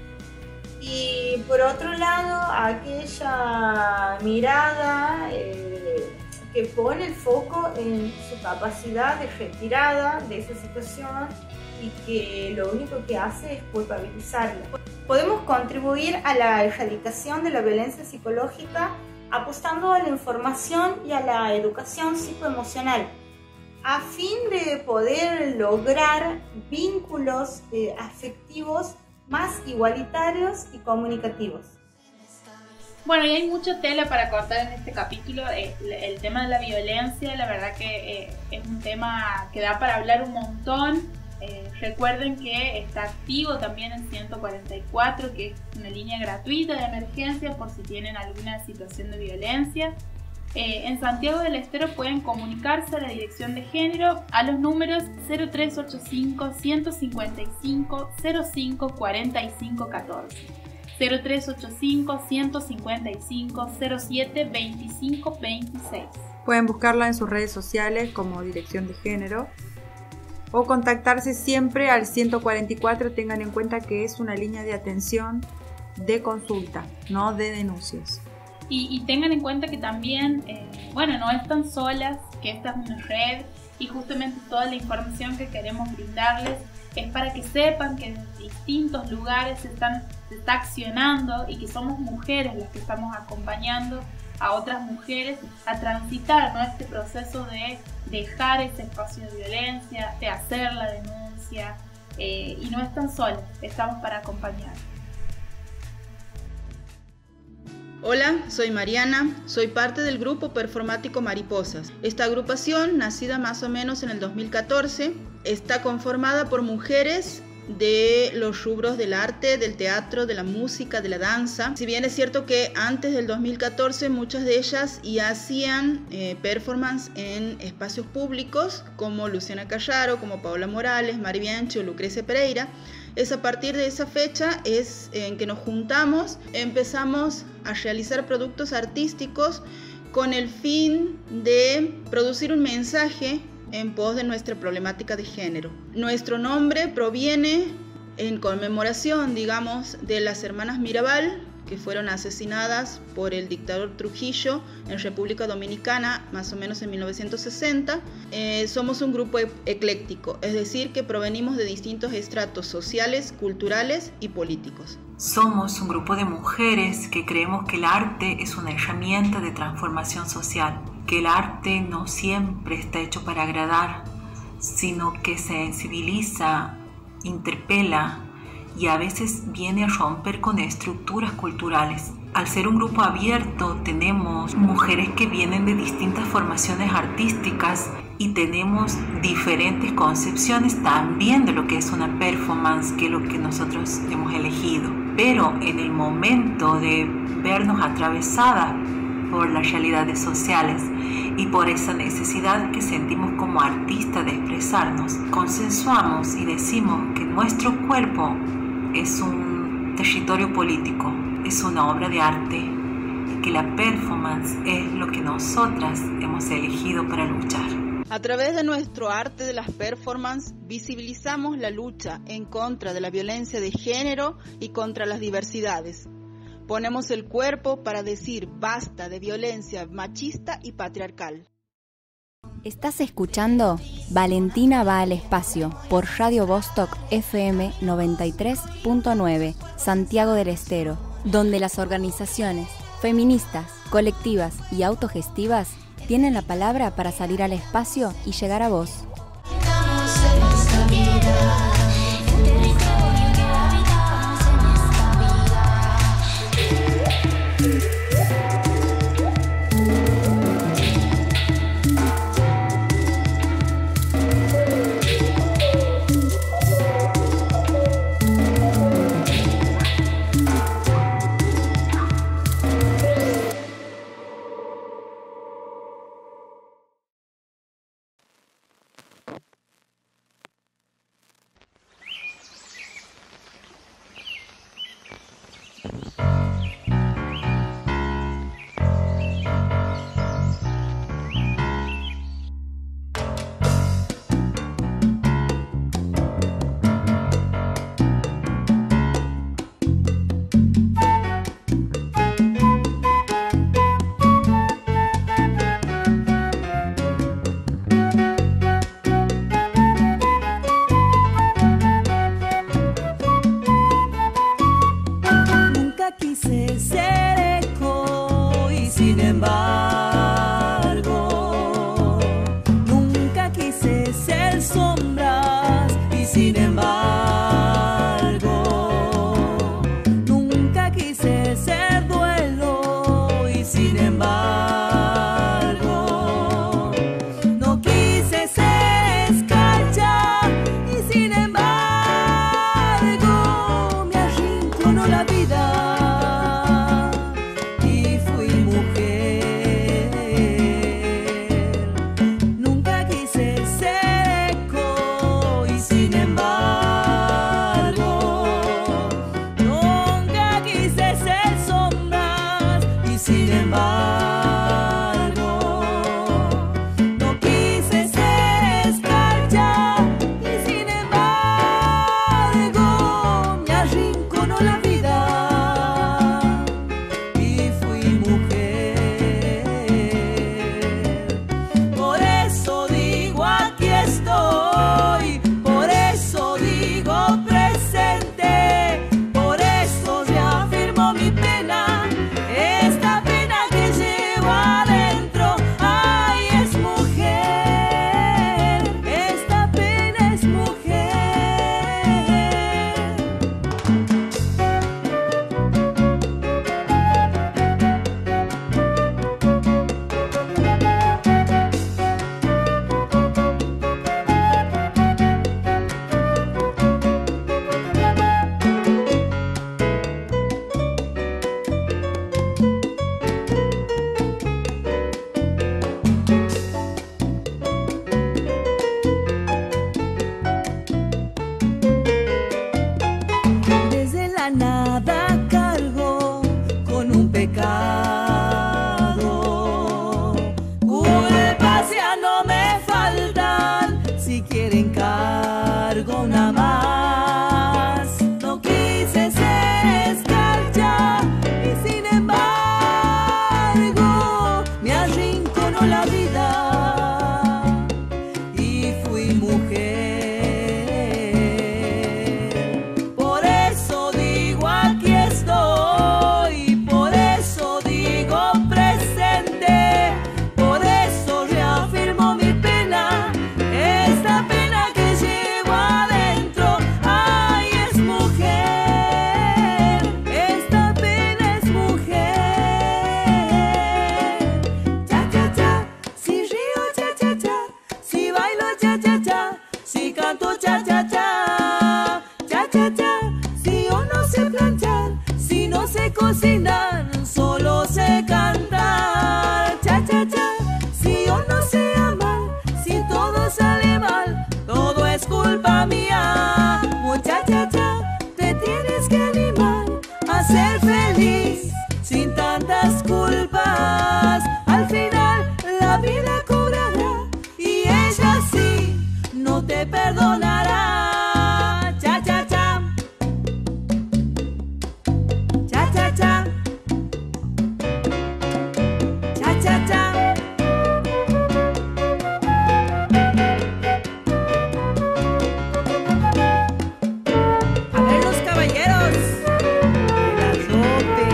Y por otro lado, aquella mirada eh, que pone el foco en su capacidad de retirada de esa situación y que lo único que hace es culpabilizarla. Podemos contribuir a la erradicación de la violencia psicológica apostando a la información y a la educación psicoemocional, a fin de poder lograr vínculos eh, afectivos más igualitarios y comunicativos. Bueno, y hay mucha tela para cortar en este capítulo. El, el tema de la violencia, la verdad que eh, es un tema que da para hablar un montón. Eh, recuerden que está activo también en ciento cuarenta y cuatro, que es una línea gratuita de emergencia por si tienen alguna situación de violencia. Eh, en Santiago del Estero pueden comunicarse a la Dirección de Género a los números cero tres ocho cinco, uno cinco cinco, cero cinco cuatro cinco uno cuatro, cero tres ocho cinco, uno cinco cinco, cero siete dos cinco dos seis. Pueden buscarla en sus redes sociales como Dirección de Género o contactarse siempre al ciento cuarenta y cuatro. Tengan en cuenta que es una línea de atención de consulta, no de denuncias. Y, y tengan en cuenta que también, eh, bueno, no están solas, que esta es una red y justamente toda la información que queremos brindarles es para que sepan que en distintos lugares se, están, se está accionando y que somos mujeres las que estamos acompañando a otras mujeres a transitar, ¿no?, este proceso de dejar ese espacio de violencia, de hacer la denuncia, eh, y no están solas, estamos para acompañar. Hola, soy Mariana, soy parte del grupo performático Mariposas. Esta agrupación, nacida más o menos en el dos mil catorce, está conformada por mujeres de los rubros del arte, del teatro, de la música, de la danza. Si bien es cierto que antes del dos mil catorce muchas de ellas ya hacían eh, performance en espacios públicos como Luciana Callaro, como Paola Morales, Mari Bianchi o Lucrecia Pereira, es a partir de esa fecha es en que nos juntamos, empezamos a realizar productos artísticos con el fin de producir un mensaje en pos de nuestra problemática de género. Nuestro nombre proviene en conmemoración, digamos, de las hermanas Mirabal, que fueron asesinadas por el dictador Trujillo en República Dominicana, más o menos en mil novecientos sesenta. Eh, somos un grupo e- ecléctico, es decir, que provenimos de distintos estratos sociales, culturales y políticos. Somos un grupo de mujeres que creemos que el arte es una herramienta de transformación social, que el arte no siempre está hecho para agradar, sino que sensibiliza, interpela y a veces viene a romper con estructuras culturales. Al ser un grupo abierto, tenemos mujeres que vienen de distintas formaciones artísticas y tenemos diferentes concepciones también de lo que es una performance, que es lo que nosotros hemos elegido. Pero en el momento de vernos atravesadas por las realidades sociales y por esa necesidad que sentimos como artistas de expresarnos, consensuamos y decimos que nuestro cuerpo es un territorio político, es una obra de arte y que la performance es lo que nosotras hemos elegido para luchar. A través de nuestro arte de las performances visibilizamos la lucha en contra de la violencia de género y contra las diversidades. Ponemos el cuerpo para decir basta de violencia machista y patriarcal. Estás escuchando Valentina va al espacio por Radio Vostok F M noventa y tres punto nueve, Santiago del Estero, donde las organizaciones feministas, colectivas y autogestivas tienen la palabra para salir al espacio y llegar a vos. Estamos en esta vida, el territorio que habitamos en esta vida. encargo una más. No quise ser escarcha y sin embargo me arrinconó la vida y fui mujer. Por eso digo aquí estoy, por eso digo presente, por eso reafirmo mi pena, esta pena que llevo adentro. Ay, es mujer, esta pena es mujer. Cha, cha, cha, si río, cha, cha, cha, si bailo, cha, cha, cha, si canto, cha, cha, cha, cha, cha, cha, si yo no sé planchar, si no sé cocinar, solo sé cantar. Cha, cha, cha, si yo no sé amar, si todo sale mal, todo es culpa mía. Muchacha, cha, te tienes que animar a ser feliz sin tantas culpas. Al final la vida cobrará y ella sí no te perdonará. Cha, cha, cha, cha, cha, cha, cha, cha, cha. A ver los caballeros, el azote.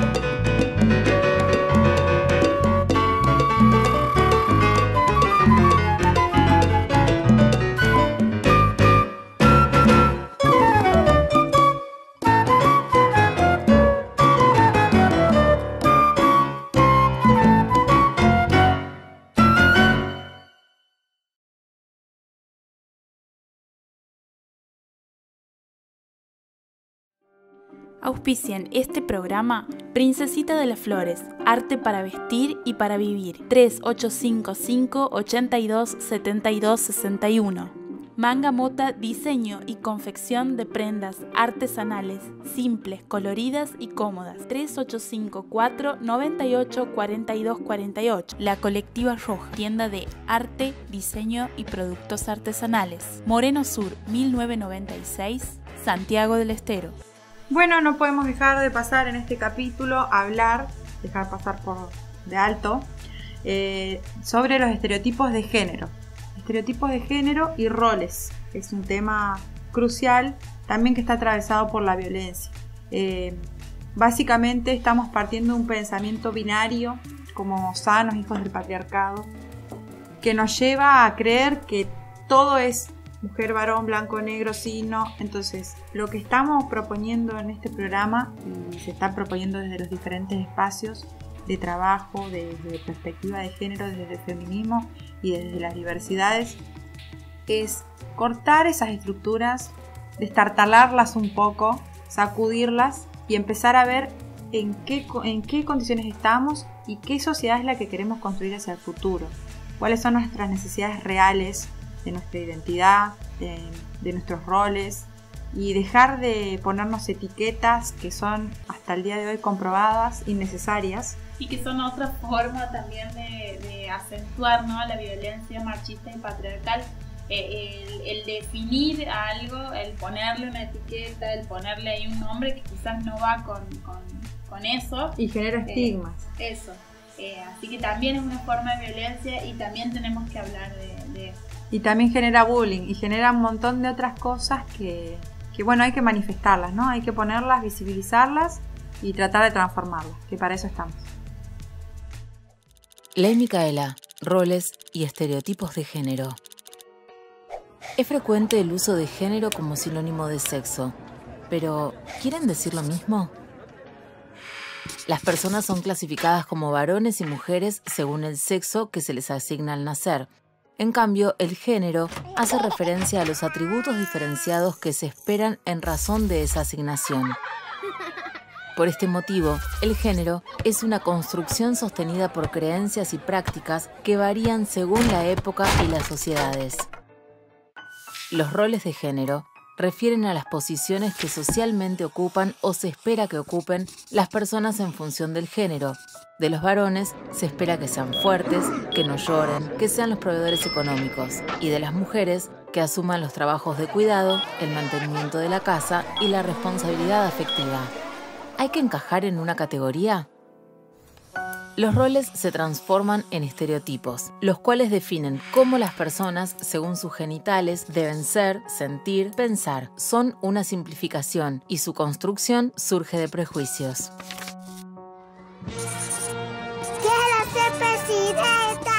Auspician este programa Princesita de las Flores, arte para vestir y para vivir. tres ocho cinco cinco, ocho dos, siete dos seis uno. Manga Mota, diseño y confección de prendas artesanales, simples, coloridas y cómodas. tres ocho cinco cuatro, nueve ocho, cuatro dos cuatro ocho. La Colectiva Roja, tienda de arte, diseño y productos artesanales. Moreno Sur, mil novecientos noventa y seis, Santiago del Estero. Bueno, no podemos dejar de pasar en este capítulo a hablar, dejar pasar por de alto, eh, sobre los estereotipos de género. Estereotipos de género y roles. Es un tema crucial también que está atravesado por la violencia. Eh, básicamente estamos partiendo de un pensamiento binario como sanos hijos del patriarcado que nos lleva a creer que todo es mujer, varón, blanco, negro, sí, no. Entonces, lo que estamos proponiendo en este programa, y se está proponiendo desde los diferentes espacios de trabajo, desde perspectiva de género, desde el feminismo y desde las diversidades, es cortar esas estructuras, destartalarlas un poco, sacudirlas y empezar a ver en qué, en qué condiciones estamos y qué sociedad es la que queremos construir hacia el futuro. Cuáles son nuestras necesidades reales de nuestra identidad, de, de nuestros roles, y dejar de ponernos etiquetas que son hasta el día de hoy comprobadas, innecesarias. Y que son otra forma también de, de acentuar, ¿no?, la violencia machista y patriarcal. Eh, el, el definir algo, el ponerle una etiqueta, el ponerle ahí un nombre que quizás no va con, con, con eso. Y genera estigmas. Eh, eso. Eh, así que también es una forma de violencia y también tenemos que hablar de, de eso. Y también genera bullying y genera un montón de otras cosas que, que, bueno, hay que manifestarlas, ¿no? Hay que ponerlas, visibilizarlas y tratar de transformarlas, que para eso estamos. Ley Micaela, roles y estereotipos de género. Es frecuente el uso de género como sinónimo de sexo, pero ¿quieren decir lo mismo? Las personas son clasificadas como varones y mujeres según el sexo que se les asigna al nacer. En cambio, el género hace referencia a los atributos diferenciados que se esperan en razón de esa asignación. Por este motivo, el género es una construcción sostenida por creencias y prácticas que varían según la época y las sociedades. Los roles de género refieren a las posiciones que socialmente ocupan o se espera que ocupen las personas en función del género, De los varones se espera que sean fuertes, que no lloren, que sean los proveedores económicos, y de las mujeres que asuman los trabajos de cuidado, el mantenimiento de la casa y la responsabilidad afectiva. ¿Hay que encajar en una categoría? Los roles se transforman en estereotipos, los cuales definen cómo las personas, según sus genitales, deben ser, sentir, pensar. Son una simplificación y su construcción surge de prejuicios. ¡Quiero ser presidenta!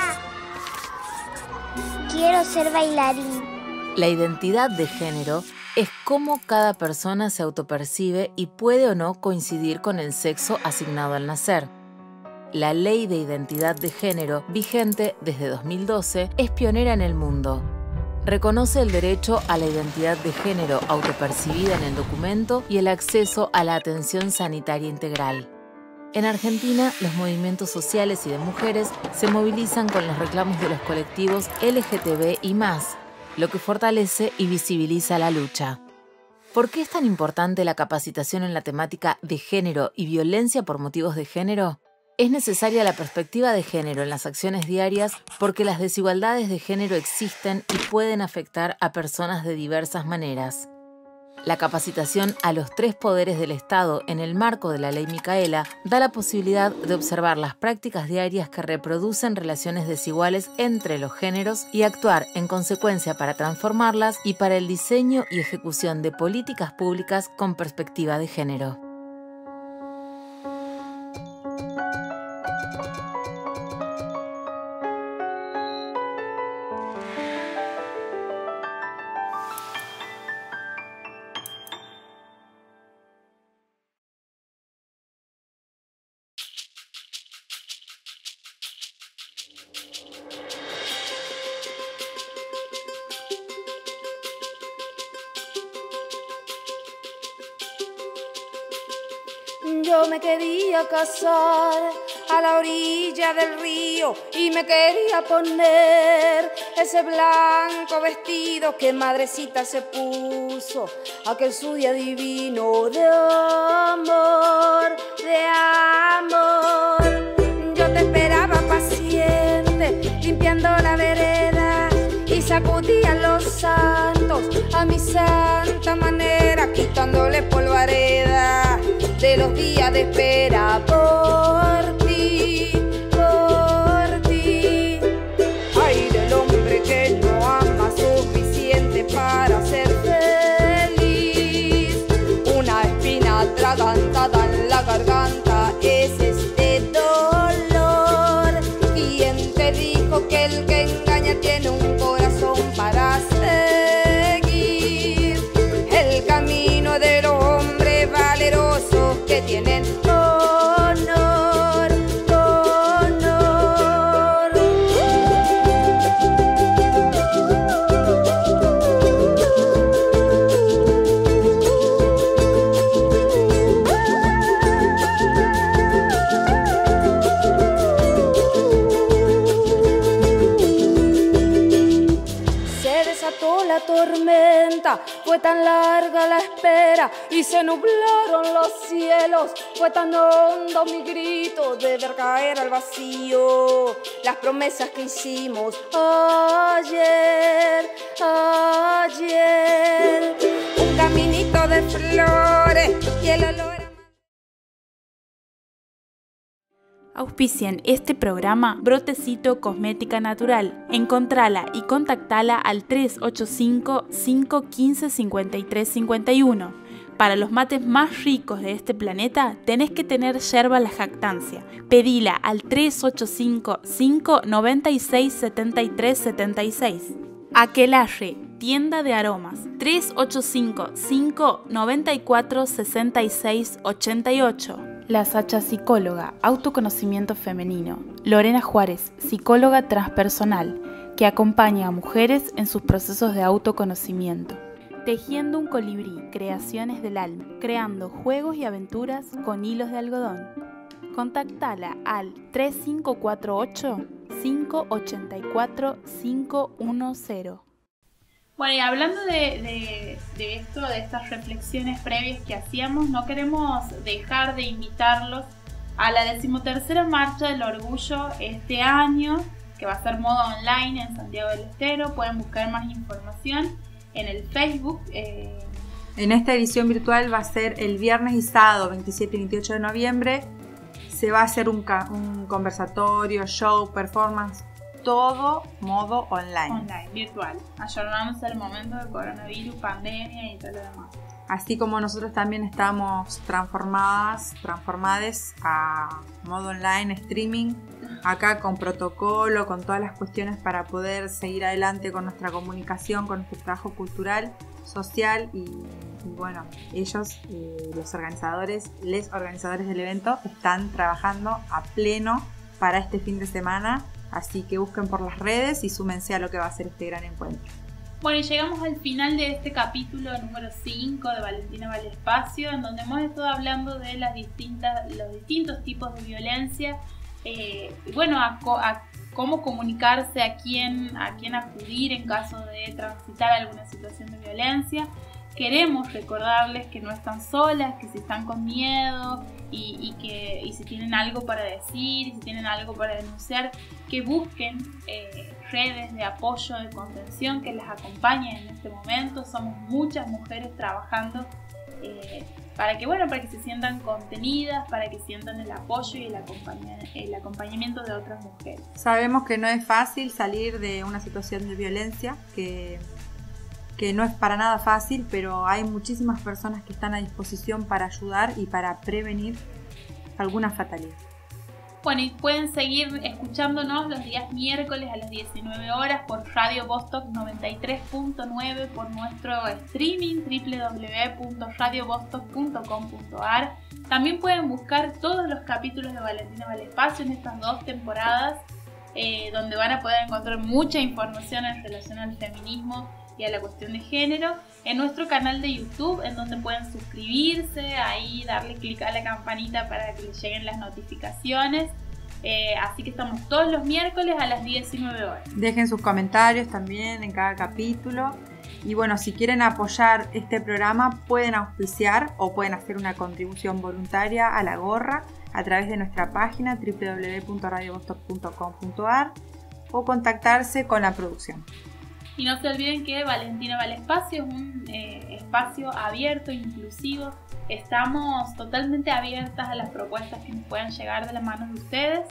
Quiero ser bailarín. La identidad de género es cómo cada persona se autopercibe y puede o no coincidir con el sexo asignado al nacer. La Ley de Identidad de Género, vigente desde dos mil doce, es pionera en el mundo. Reconoce el derecho a la identidad de género autopercibida en el documento y el acceso a la atención sanitaria integral. En Argentina, los movimientos sociales y de mujeres se movilizan con los reclamos de los colectivos L G T B y más, lo que fortalece y visibiliza la lucha. ¿Por qué es tan importante la capacitación en la temática de género y violencia por motivos de género? Es necesaria la perspectiva de género en las acciones diarias porque las desigualdades de género existen y pueden afectar a personas de diversas maneras. La capacitación a los tres poderes del Estado en el marco de la Ley Micaela da la posibilidad de observar las prácticas diarias que reproducen relaciones desiguales entre los géneros y actuar en consecuencia para transformarlas y para el diseño y ejecución de políticas públicas con perspectiva de género. Yo me quería casar a la orilla del río y me quería poner ese blanco vestido que madrecita se puso aquel su día divino de amor, de amor. Yo te esperaba paciente limpiando la vereda y sacudía los santos a mi santa manera, quitándole polvareda de los días de espera por ti, por ti. Ay, del hombre que no ama suficiente para ser feliz. Una espina atragantada en la garganta es este dolor. ¿Quién te dijo que el que engaña tiene un corazón para seguir? El camino del hombre valeroso que tienen honor, honor. Se desató la tormenta, fue tan larga la espera y se nublaron los cielos. Fue tan hondo mi grito de ver caer al vacío las promesas que hicimos ayer, ayer. Un caminito de flores y el olor. Auspician este programa Brotecito Cosmética Natural. Encontrala y contactala al tres ocho cinco, cinco uno cinco, cinco tres cinco uno. Para los mates más ricos de este planeta, tenés que tener yerba La Jactancia. Pedila al tres ocho cinco, cinco nueve seis, siete tres siete seis. Aquelarre, tienda de aromas. tres ocho cinco, cinco nueve cuatro, seis seis ocho ocho. La Sacha Psicóloga, autoconocimiento femenino. Lorena Juárez, psicóloga transpersonal, que acompaña a mujeres en sus procesos de autoconocimiento. Tejiendo un colibrí, creaciones del alma, creando juegos y aventuras con hilos de algodón. Contactala al tres cinco cuatro ocho, cinco ocho cuatro, cinco uno cero. Bueno, y hablando de, de, de esto, de estas reflexiones previas que hacíamos, no queremos dejar de invitarlos a la decimotercera Marcha del Orgullo este año, que va a ser modo online en Santiago del Estero. Pueden buscar más información en el Facebook. Eh, en esta edición virtual va a ser el viernes y sábado veintisiete y veintiocho de noviembre. Se va a hacer un, un conversatorio, show, performance, todo modo online. Online, virtual, ayornándose al momento del coronavirus, pandemia y todo lo demás. Así como nosotros también estamos transformadas, transformadas a modo online, streaming, acá con protocolo, con todas las cuestiones para poder seguir adelante con nuestra comunicación, con nuestro trabajo cultural, social y, y bueno, ellos, eh, los organizadores, les organizadores del evento están trabajando a pleno para este fin de semana, así que busquen por las redes y súmense a lo que va a ser este gran encuentro. Bueno, y llegamos al final de este capítulo número cinco de Valentina Vale Espacio, en donde hemos estado hablando de las distintas, los distintos tipos de violencia, eh, y bueno, a, a cómo comunicarse, a quién, a quién acudir en caso de transitar alguna situación de violencia. Queremos recordarles que no están solas, que si están con miedo y, y que y si tienen algo para decir, y si tienen algo para denunciar, que busquen eh, redes de apoyo, de contención que las acompañen en este momento. Somos muchas mujeres trabajando eh, para que bueno, para que se sientan contenidas, para que sientan el apoyo y el, acompaña, el acompañamiento de otras mujeres. Sabemos que no es fácil salir de una situación de violencia, que que no es para nada fácil, pero hay muchísimas personas que están a disposición para ayudar y para prevenir alguna fatalidad. Bueno, y pueden seguir escuchándonos los días miércoles a las diecinueve horas por Radio Vostok noventa y tres punto nueve, por nuestro streaming doble u doble u doble u punto radio vostok punto com punto a r. También pueden buscar todos los capítulos de Valentina Vale Espacio en estas dos temporadas, eh, donde van a poder encontrar mucha información en relación al feminismo y a la cuestión de género, en nuestro canal de YouTube, en donde pueden suscribirse, ahí darle clic a la campanita para que les lleguen las notificaciones. Eh, así que estamos todos los miércoles a las diecinueve horas. Dejen sus comentarios también en cada capítulo. Y bueno, si quieren apoyar este programa, pueden auspiciar o pueden hacer una contribución voluntaria a la gorra a través de nuestra página doble u doble u doble u punto radio vostok punto com punto a r o contactarse con la producción. Y no se olviden que Valentina Vale Espacio es un eh, espacio abierto, inclusivo. Estamos totalmente abiertas a las propuestas que nos puedan llegar de la mano de ustedes.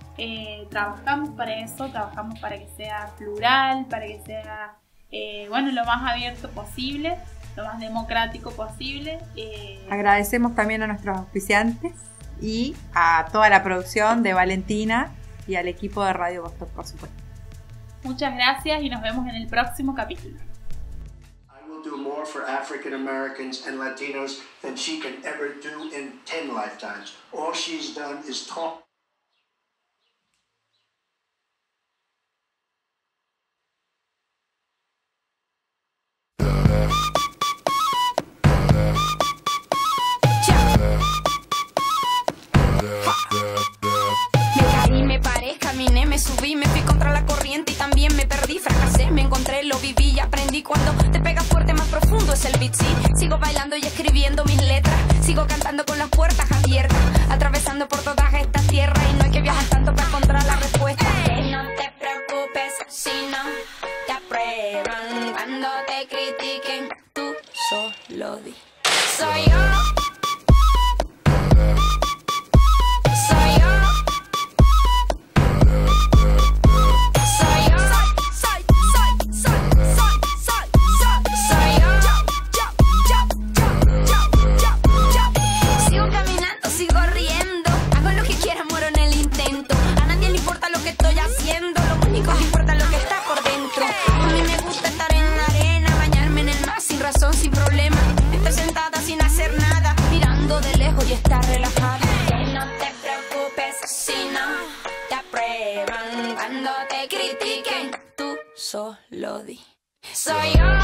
Eh, trabajamos para eso, trabajamos para que sea plural, para que sea eh, bueno, lo más abierto posible, lo más democrático posible. Eh, Agradecemos también a nuestros auspiciantes y a toda la producción de Valentina y al equipo de Radio Vostok, por supuesto. Muchas gracias y nos vemos en el próximo capítulo. I will do more for African Americans and Latinos than she can ever do in ten lifetimes. All she's done is talk. Caminé, me subí, me fui contra la corriente y también me perdí, fracasé, me encontré, lo viví y aprendí. Cuando te pega fuerte, más profundo es el beat, sí. Sigo bailando y escribiendo mis letras, sigo cantando con las puertas abiertas, atravesando por todas estas tierras y no hay que viajar tanto para encontrar la respuesta. Hey, no te preocupes si no te aprueban, cuando te critiquen, tú solo di. Soy yo. Solo di. Soy yo.